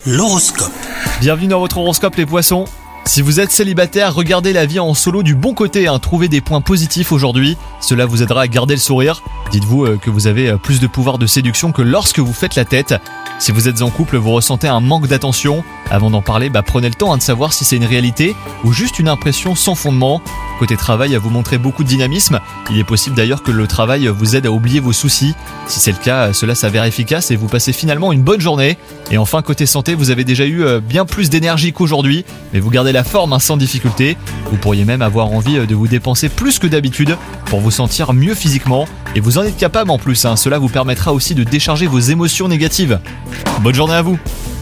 L'horoscope. Bienvenue dans votre horoscope les poissons. Si vous êtes célibataire, regardez la vie en solo du bon côté, trouvez des points positifs aujourd'hui, cela vous aidera à garder le sourire. Dites-vous que vous avez plus de pouvoir de séduction que lorsque vous faites la tête. Si vous êtes en couple, vous ressentez un manque d'attention. Avant d'en parler, prenez le temps de savoir si c'est une réalité ou juste une impression sans fondement. Côté travail, vous montrez beaucoup de dynamisme. Il est possible d'ailleurs que le travail vous aide à oublier vos soucis. Si c'est le cas, cela s'avère efficace et vous passez finalement une bonne journée. Et enfin, côté santé, vous avez déjà eu bien plus d'énergie qu'aujourd'hui, mais vous gardez la forme sans difficulté. Vous pourriez même avoir envie de vous dépenser plus que d'habitude pour vous sentir mieux physiquement. Et vous en êtes capable en plus, cela vous permettra aussi de décharger vos émotions négatives. Bonne journée à vous!